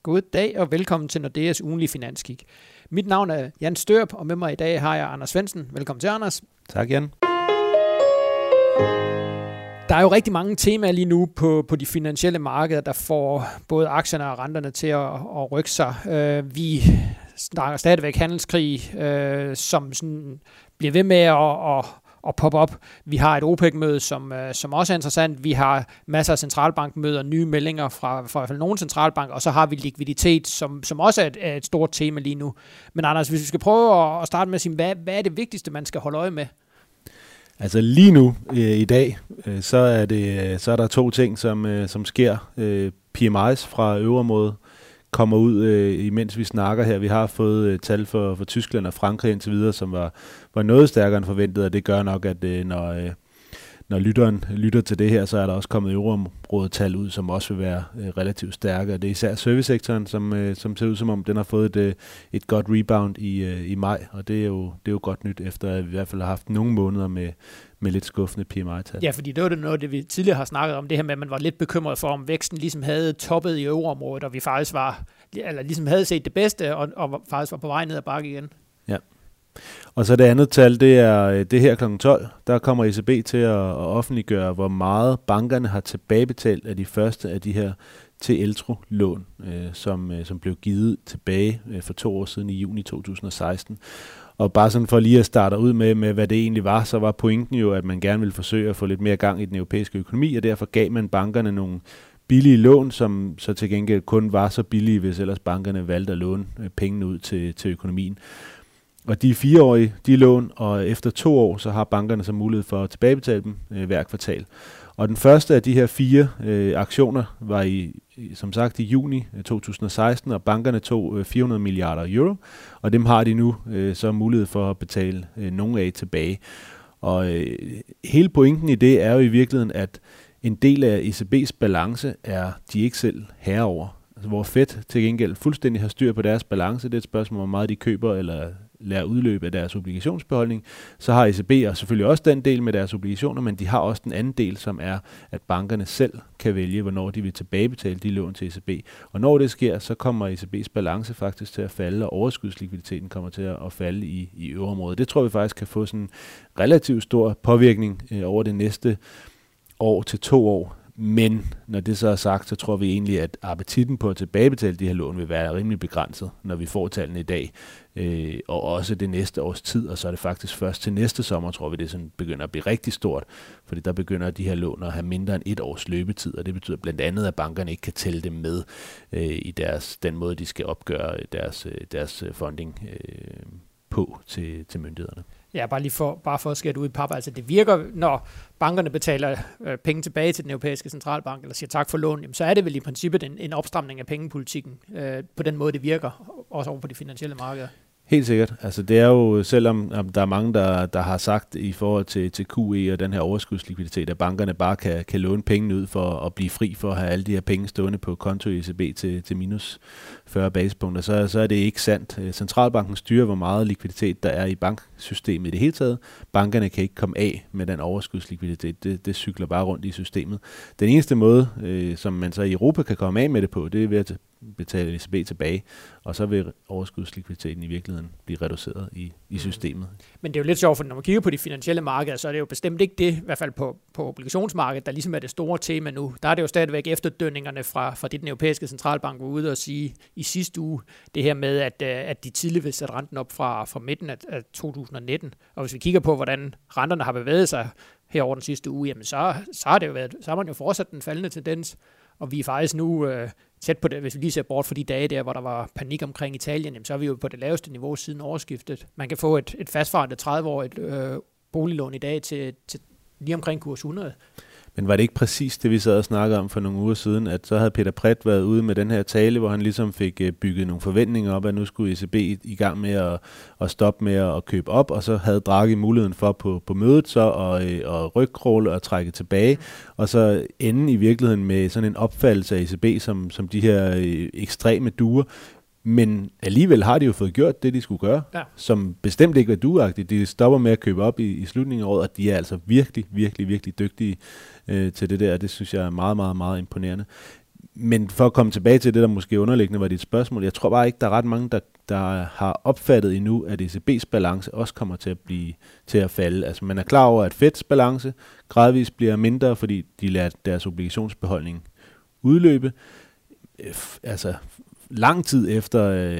God dag og velkommen til Nordeas ugenlige finanskig. Mit navn er Jan Størup, og med mig i dag har jeg Anders Svendsen. Velkommen til, Anders. Tak, Jan. Der er jo rigtig mange temaer lige nu på de finansielle markeder, der får både aktierne og renterne til at rykke sig. Vi snakker stadigvæk handelskrig, som sådan bliver ved med at poppe op. Vi har et OPEC-møde, som også er interessant. Vi har masser af centralbankmøder, nye meldinger fra i hvert fald nogle centralbanker, og så har vi likviditet, som også er et stort tema lige nu. Men Anders, hvis vi skal prøve at starte med at sige, hvad er det vigtigste, man skal holde øje med? Altså lige nu i dag, så er der to ting, som sker. PMI's fra øvreområdet kommer ud, imens vi snakker her. Vi har fået tal for Tyskland og Frankrig indtil videre, som var noget stærkere end forventet, og det gør nok, at når lytteren lytter til det her, så er der også kommet euroområdet-tal ud, som også vil være relativt stærke. Og det er især servicesektoren, som ser ud som om, den har fået et godt rebound i maj, og det er jo godt nyt, efter at vi i hvert fald har haft nogle måneder med lidt skuffende PMI-tal. Ja, fordi det var noget, det vi tidligere har snakket om, det her med, at man var lidt bekymret for, om væksten ligesom havde toppet i euroområdet, og vi faktisk ligesom havde set det bedste, og faktisk var på vej ned ad bakke igen. Ja. Og så det andet tal, det er det her kl. 12. Der kommer ECB til at offentliggøre, hvor meget bankerne har tilbagebetalt af de første af de her TLTRO-lån, som blev givet tilbage for 2 år siden i juni 2016. Og bare sådan for lige at starte ud med, hvad det egentlig var, så var pointen jo, at man gerne ville forsøge at få lidt mere gang i den europæiske økonomi, og derfor gav man bankerne nogle billige lån, som så til gengæld kun var så billige, hvis ellers bankerne valgte at låne pengene ud til økonomien. Og de er 4-årige, de lån, og efter 2 år, så har bankerne så mulighed for at tilbagebetale dem hver kvartal. Og den første af de her 4 aktioner var som sagt i juni 2016, og bankerne tog 400 milliarder euro, og dem har de nu så mulighed for at betale nogle af tilbage. Og hele pointen i det er jo i virkeligheden, at en del af ECB's balance er de ikke selv herre over. Altså, hvor Fed til gengæld fuldstændig har styr på deres balance, det er et spørgsmål, hvor meget de køber eller lader udløbe af deres obligationsbeholdning. Så har ECB og selvfølgelig også den del med deres obligationer, men de har også den anden del, som er, at bankerne selv kan vælge, hvornår de vil tilbagebetale de lån til ECB. Og når det sker, så kommer ECB's balance faktisk til at falde, og overskudslikviditeten kommer til at falde i øvreområdet. Det tror vi faktisk kan få sådan en relativt stor påvirkning over det næste år til 2 år. Men når det så er sagt, så tror vi egentlig, at appetitten på at tilbagebetale de her lån vil være rimelig begrænset, når vi får tallene i dag, og også det næste års tid, og så er det faktisk først til næste sommer, tror vi, det sådan begynder at blive rigtig stort, fordi der begynder de her lån at have mindre end 1 års løbetid, og det betyder blandt andet, at bankerne ikke kan tælle dem med i den måde, de skal opgøre deres funding på til myndighederne. Ja, bare for at skære det ud i pap. Altså det virker, når bankerne betaler penge tilbage til den europæiske centralbank, eller siger tak for lån, jamen, så er det vel i princippet en opstramning af pengepolitikken på den måde, det virker, også over på de finansielle markeder. Helt sikkert. Altså det er jo, selvom der er mange, der har sagt i forhold til QE og den her overskudslikviditet, at bankerne bare kan låne pengene ud for at blive fri for at have alle de her penge stående på konto i ECB til minus 40 basispunkter, så er det ikke sandt. Centralbanken styrer, hvor meget likviditet der er i banksystemet i det hele taget. Bankerne kan ikke komme af med den overskudslikviditet. Det cykler bare rundt i systemet. Den eneste måde, som man så i Europa kan komme af med det på, det er ved at betale ECB tilbage, og så vil overskudslikviditeten i virkeligheden blive reduceret i systemet. Men det er jo lidt sjovt, for når man kigger på de finansielle markeder, så er det jo bestemt ikke det, i hvert fald på obligationsmarkedet, der ligesom er det store tema nu. Der er det jo stadigvæk efterdønningerne fra det, den europæiske centralbank var ude og sige i sidste uge, det her med, at de tidligt vil sætte renten op fra midten af 2019. Og hvis vi kigger på, hvordan renterne har bevæget sig her over den sidste uge, jamen så har man jo fortsat den faldende tendens, og vi er faktisk nu tæt på det, hvis vi lige ser bort for de dage der, hvor der var panik omkring Italien, jamen, så er vi jo på det laveste niveau siden årsskiftet. Man kan få et fastforrentet 30-årigt boliglån i dag til lige omkring kurs 100. Men var det ikke præcis det, vi sad og snakkede om for nogle uger siden, at så havde Peter Prett været ude med den her tale, hvor han ligesom fik bygget nogle forventninger op, at nu skulle ECB i gang med at stoppe med at købe op, og så havde Draghi muligheden for på mødet så at rygkråle og trække tilbage, og så ende i virkeligheden med sådan en opfattelse af ECB som de her ekstreme duer. Men alligevel har de jo fået gjort det, de skulle gøre, som bestemt ikke var dueagtigt. De stopper med at købe op i slutningen af året, og de er altså virkelig, virkelig, virkelig dygtige til det der. Det synes jeg er meget, meget, meget imponerende. Men for at komme tilbage til det, der måske underliggende var dit spørgsmål, jeg tror bare ikke, der er ret mange, der har opfattet endnu, at ECB's balance også kommer til at falde. Altså man er klar over, at Feds balance gradvist bliver mindre, fordi de lader deres obligationsbeholdning udløbe. Altså lang tid efter,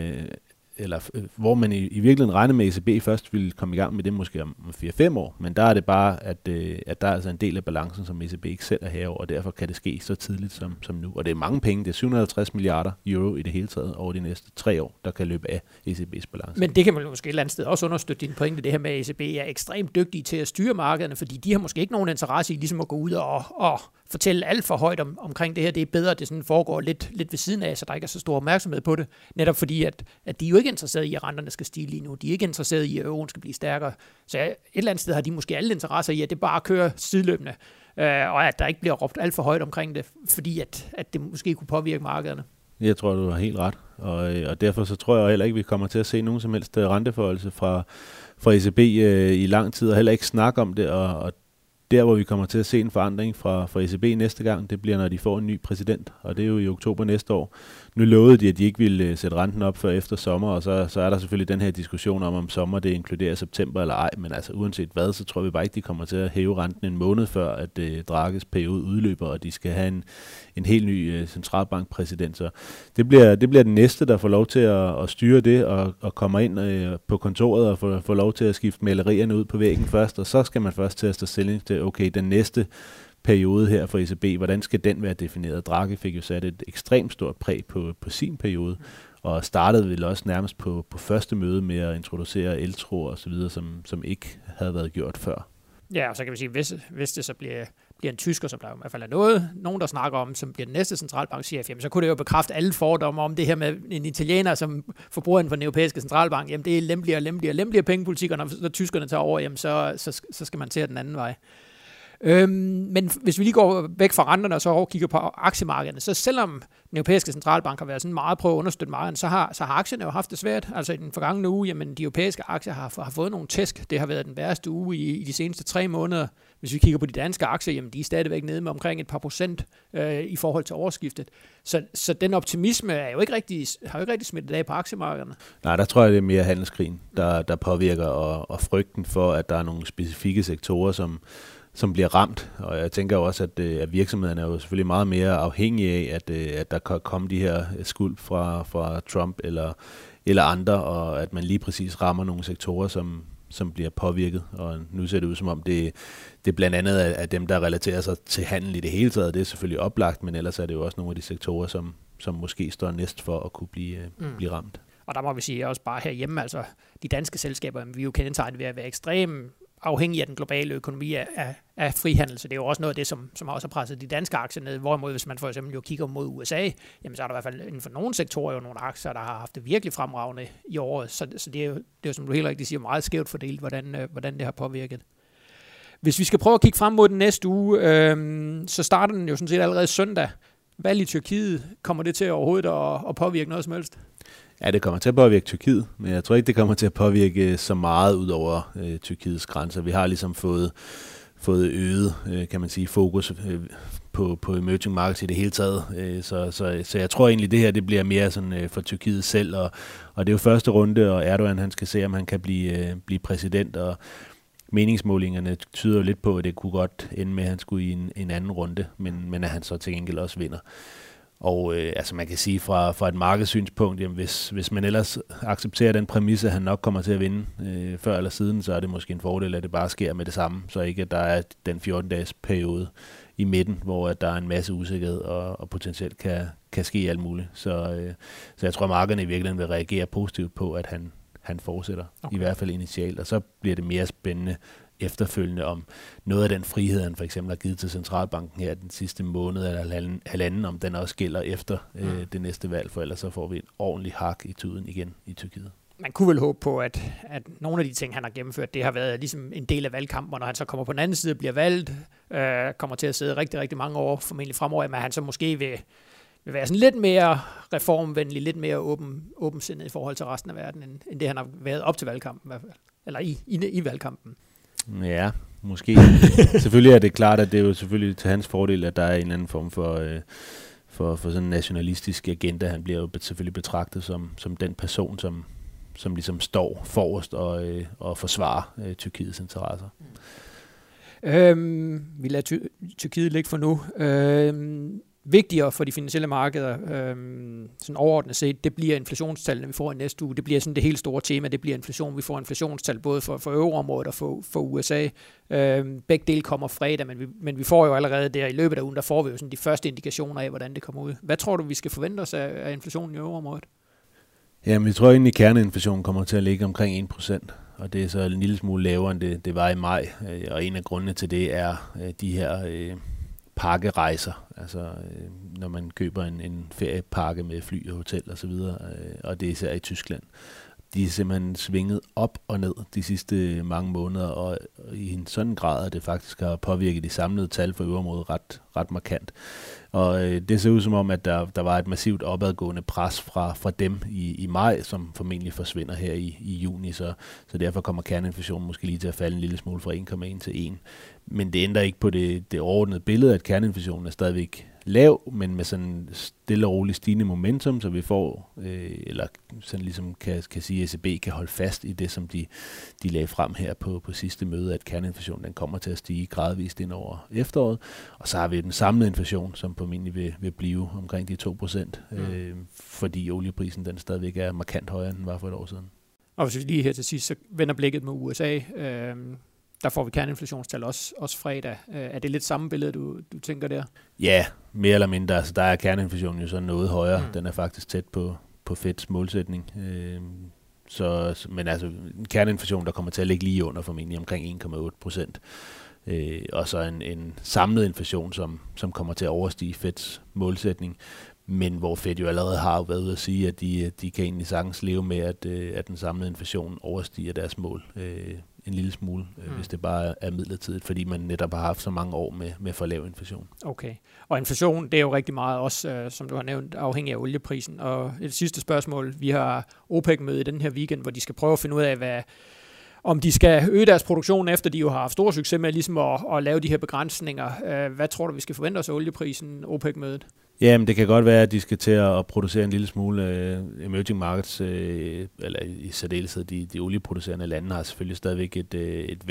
hvor man i virkeligheden regner med, at ECB først ville komme i gang med det måske om 4-5 år, men der er det bare, at der er altså en del af balancen, som ECB ikke selv er herover, og derfor kan det ske så tidligt som nu. Og det er mange penge, det er 750 milliarder euro i det hele taget over de næste 3 år, der kan løbe af ECB's balance. Men det kan man måske et eller andet sted også understøtte din pointe, det her med, at ECB er ekstremt dygtige til at styre markederne, fordi de har måske ikke nogen interesse i ligesom at gå ud og fortælle alt for højt omkring det her. Det er bedre, at det sådan foregår lidt ved siden af, så der ikke er så stor opmærksomhed på det. Netop fordi, at de er jo ikke interesseret i, at renterne skal stige lige nu. De er ikke interesseret i, at euroen skal blive stærkere. Så et eller andet sted har de måske alle interesser i, at det bare kører sideløbende, og at der ikke bliver råbt alt for højt omkring det, fordi at det måske kunne påvirke markederne. Jeg tror, du har helt ret, og derfor så tror jeg heller ikke, vi kommer til at se nogen som helst renteforholdelse fra ECB i lang tid, og heller ikke snakke om det, og der, hvor vi kommer til at se en forandring fra ECB næste gang, det bliver, når de får en ny præsident, og det er jo i oktober næste år. Nu lovede de, at de ikke ville sætte renten op før efter sommer, og så er der selvfølgelig den her diskussion om sommer det inkluderer september eller ej, men altså uanset hvad, så tror vi bare ikke, de kommer til at hæve renten en måned før, at Draghis periode udløber, og de skal have en helt ny centralbankpræsident. Så det bliver den næste, der får lov til at styre det, og kommer ind på kontoret og får lov til at skifte malerierne ud på væggen først, og så skal man først til at tage stilling til, okay, den næste periode her for ECB, hvordan skal den være defineret? Draghi fik jo sat et ekstremt stort præg på sin periode, og startede vel også nærmest på første møde med at introducere eltro og så videre, som ikke havde været gjort før. Ja, og så kan vi sige, hvis det så bliver en tysker, som der i hvert fald er nogen, der snakker om, som bliver den næste centralbankchef, jamen så kunne det jo bekræfte alle fordomme om det her med en italiener, som forbruger inden for den europæiske centralbank. Jamen det er lempeligere pengepolitik, og når tyskerne tager over, jamen så skal man til den anden vej. Men hvis vi lige går væk fra renterne og så kigger på aktiemarkederne, så selvom den europæiske centralbank har været sådan meget prøve at understøtte markedet, så har aktierne jo haft det svært. Altså i den forgangne uge, jamen de europæiske aktier har fået nogle tæsk. Det har været den værste uge i de seneste 3 måneder. Hvis vi kigger på de danske aktier, jamen de er stadigvæk nede med omkring et par procent i forhold til årsskiftet. Så den optimisme har jo ikke rigtig smittet af på aktiemarkederne. Nej, der tror jeg, det er mere handelskrigen, der påvirker, og frygten for, at der er nogle specifikke sektorer, som bliver ramt, og jeg tænker også, at virksomhederne er jo selvfølgelig meget mere afhængige af, at der kan komme de her skuld fra Trump eller andre, og at man lige præcis rammer nogle sektorer, som bliver påvirket, og nu ser det ud som om, det er blandt andet af dem, der relaterer sig til handel i det hele taget. Det er selvfølgelig oplagt, men ellers er det jo også nogle af de sektorer, som måske står næst for at kunne blive ramt. Og der må vi sige også bare herhjemme, altså de danske selskaber, vi er jo kendetegnet ved at være ekstremt afhængig af den globale økonomi af frihandel, så det er jo også noget af det, som også har presset de danske aktier ned, hvorimod hvis man for eksempel jo kigger mod USA, jamen så er der i hvert fald inden for nogle sektorer jo nogle aktier, der har haft det virkelig fremragende i året, så det er jo som du helt rigtigt siger, meget skævt fordelt, hvordan det har påvirket. Hvis vi skal prøve at kigge frem mod den næste uge, så starter den jo sådan set allerede søndag. Valg i Tyrkiet, kommer det til overhovedet at påvirke noget som helst? Ja, det kommer til at påvirke Tyrkiet, men jeg tror ikke, det kommer til at påvirke så meget ud over Tyrkiets grænser. Vi har ligesom fået øget, kan man sige, fokus på emerging markets i det hele taget. Så jeg tror egentlig, det her det bliver mere sådan for Tyrkiet selv, og det er jo første runde, og Erdogan han skal se, om han kan blive præsident, og meningsmålingerne tyder jo lidt på, at det kunne godt ende med, at han skulle i en anden runde, men at han så til gengæld også vinder. Og altså man kan sige fra et markedssynspunkt, jamen hvis man ellers accepterer den præmis, at han nok kommer til at vinde før eller siden, så er det måske en fordel, at det bare sker med det samme, så ikke at der er den 14-dages periode i midten, hvor at der er en masse usikkerhed og potentielt kan ske alt muligt. Så jeg tror, at markederne i virkeligheden vil reagere positivt på, at han fortsætter, okay. I hvert fald initialt, og så bliver det mere spændende efterfølgende om noget af den frihed, han for eksempel har givet til centralbanken her den sidste måned eller halvanden, om den også gælder efter det næste valg, for ellers så får vi et ordentligt hak i tuden igen i Tyrkiet. Man kunne vel håbe på, at nogle af de ting, han har gennemført, det har været ligesom en del af valgkampen, og når han så kommer på den anden side og bliver valgt, kommer til at sidde rigtig, rigtig mange år formentlig fremover, men han så måske vil være sådan lidt mere reformvenlig, lidt mere åbensindet i forhold til resten af verden, end det han har været op til valgkampen i hvert fald, eller i valgkampen. Ja, måske. Selvfølgelig er det klart, at det er jo selvfølgelig til hans fordel, at der er en eller anden form for sådan en nationalistisk agenda. Han bliver jo selvfølgelig betragtet som den person, som ligesom står forrest og forsvarer Tyrkiets interesser. Vi lader Tyrkiet ligge for nu. Vigtigere for de finansielle markeder, sådan overordnet set, det bliver inflationstallene, vi får i næste uge. Det bliver sådan det helt store tema, det bliver inflation. Vi får inflationstal både for euroområdet og for USA. Begge dele kommer fredag, men vi får jo allerede der i løbet af ugen, der får vi jo sådan de første indikationer af, hvordan det kommer ud. Hvad tror du, vi skal forvente os af inflationen i euroområdet? Jamen, jeg tror egentlig, at kerneinflationen kommer til at ligge omkring 1%, og det er så en lille smule lavere, end det var i maj. Og en af grundene til det er de her pakkerejser, altså når man køber en feriepakke med fly og hotel og så videre, og det er især i Tyskland. De er simpelthen svinget op og ned de sidste mange måneder, og i en sådan grad, at det faktisk har påvirket de samlede tal for øvrigt ret markant. Og det ser ud som om, at der var et massivt opadgående pres fra dem i maj, som formentlig forsvinder her i juni, så derfor kommer kerneinflationen måske lige til at falde en lille smule fra 1,1 til 1. Men det ændrer ikke på det overordnede billede, at kerneinflationen er stadigvæk lav, men med sådan stille og roligt stigende momentum, så vi får, eller sådan ligesom kan sige, at ECB kan holde fast i det, som de lagde frem her på sidste møde, at kerneinflationen den kommer til at stige gradvist ind over efteråret. Og så har vi den samlede inflation, som formentlig vil blive omkring de 2%, fordi olieprisen den stadigvæk er markant højere, end den var for et år siden. Og hvis vi lige her til sidst, så vender blikket med USA. Der får vi kerneinflationstal også fredag. Er det lidt samme billede, du tænker der? Ja, mere eller mindre. Altså, der er kerneinflationen jo så noget højere. Den er faktisk tæt på Feds målsætning. Men altså en kerneinflation, der kommer til at ligge lige under formentlig omkring 1,8%. Og så en samlet inflation, som kommer til at overstige Feds målsætning. Men hvor Fed jo allerede har været ude at sige, at de kan egentlig sagtens leve med, at den samlede inflation overstiger deres mål en lille smule, hvis det bare er midlertidigt, fordi man netop har haft så mange år med for lav inflation. Okay. Og inflation, det er jo rigtig meget også, som du har nævnt, afhængig af olieprisen. Og et sidste spørgsmål. Vi har OPEC-møde i den her weekend, hvor de skal prøve at finde ud af, om de skal øge deres produktion, efter de jo har haft stor succes med ligesom at lave de her begrænsninger. Hvad tror du, vi skal forvente os af olieprisen, OPEC-mødet? Jamen, det kan godt være, at de skal til at producere en lille smule emerging markets, eller i særdeleshed de olieproducerende lande har selvfølgelig stadigvæk et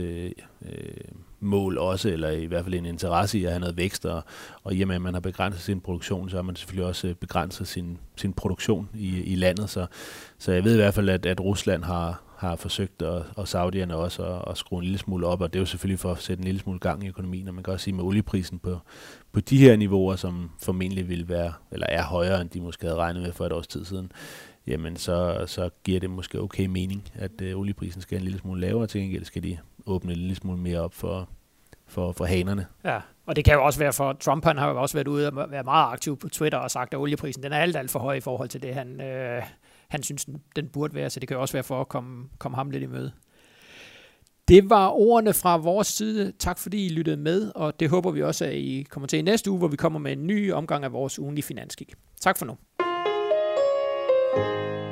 vækstmål også, eller i hvert fald en interesse i at have noget vækst, og i og med, at man har begrænset sin produktion, så har man selvfølgelig også begrænset sin produktion i landet, så jeg ved i hvert fald, at Rusland har forsøgt, og Saudierne også, at skrue en lille smule op, og det er jo selvfølgelig for at sætte en lille smule gang i økonomien, og man kan også sige med olieprisen på de her niveauer, som formentlig vil være, eller er højere, end de måske havde regnet med for et års tid siden, jamen så giver det måske okay mening, at olieprisen skal en lille smule lavere, til gengæld skal de åbne en lille smule mere op for hanerne. Ja, og det kan jo også være for Trump, han har jo også været ude og være meget aktiv på Twitter og sagt, at olieprisen den er alt for høj i forhold til det, han synes, den burde være, så det kan jo også være for at komme ham lidt i møde. Det var ordene fra vores side. Tak fordi I lyttede med, og det håber vi også, at I kommer til i næste uge, hvor vi kommer med en ny omgang af vores ugenlige finanskig. Tak for nu.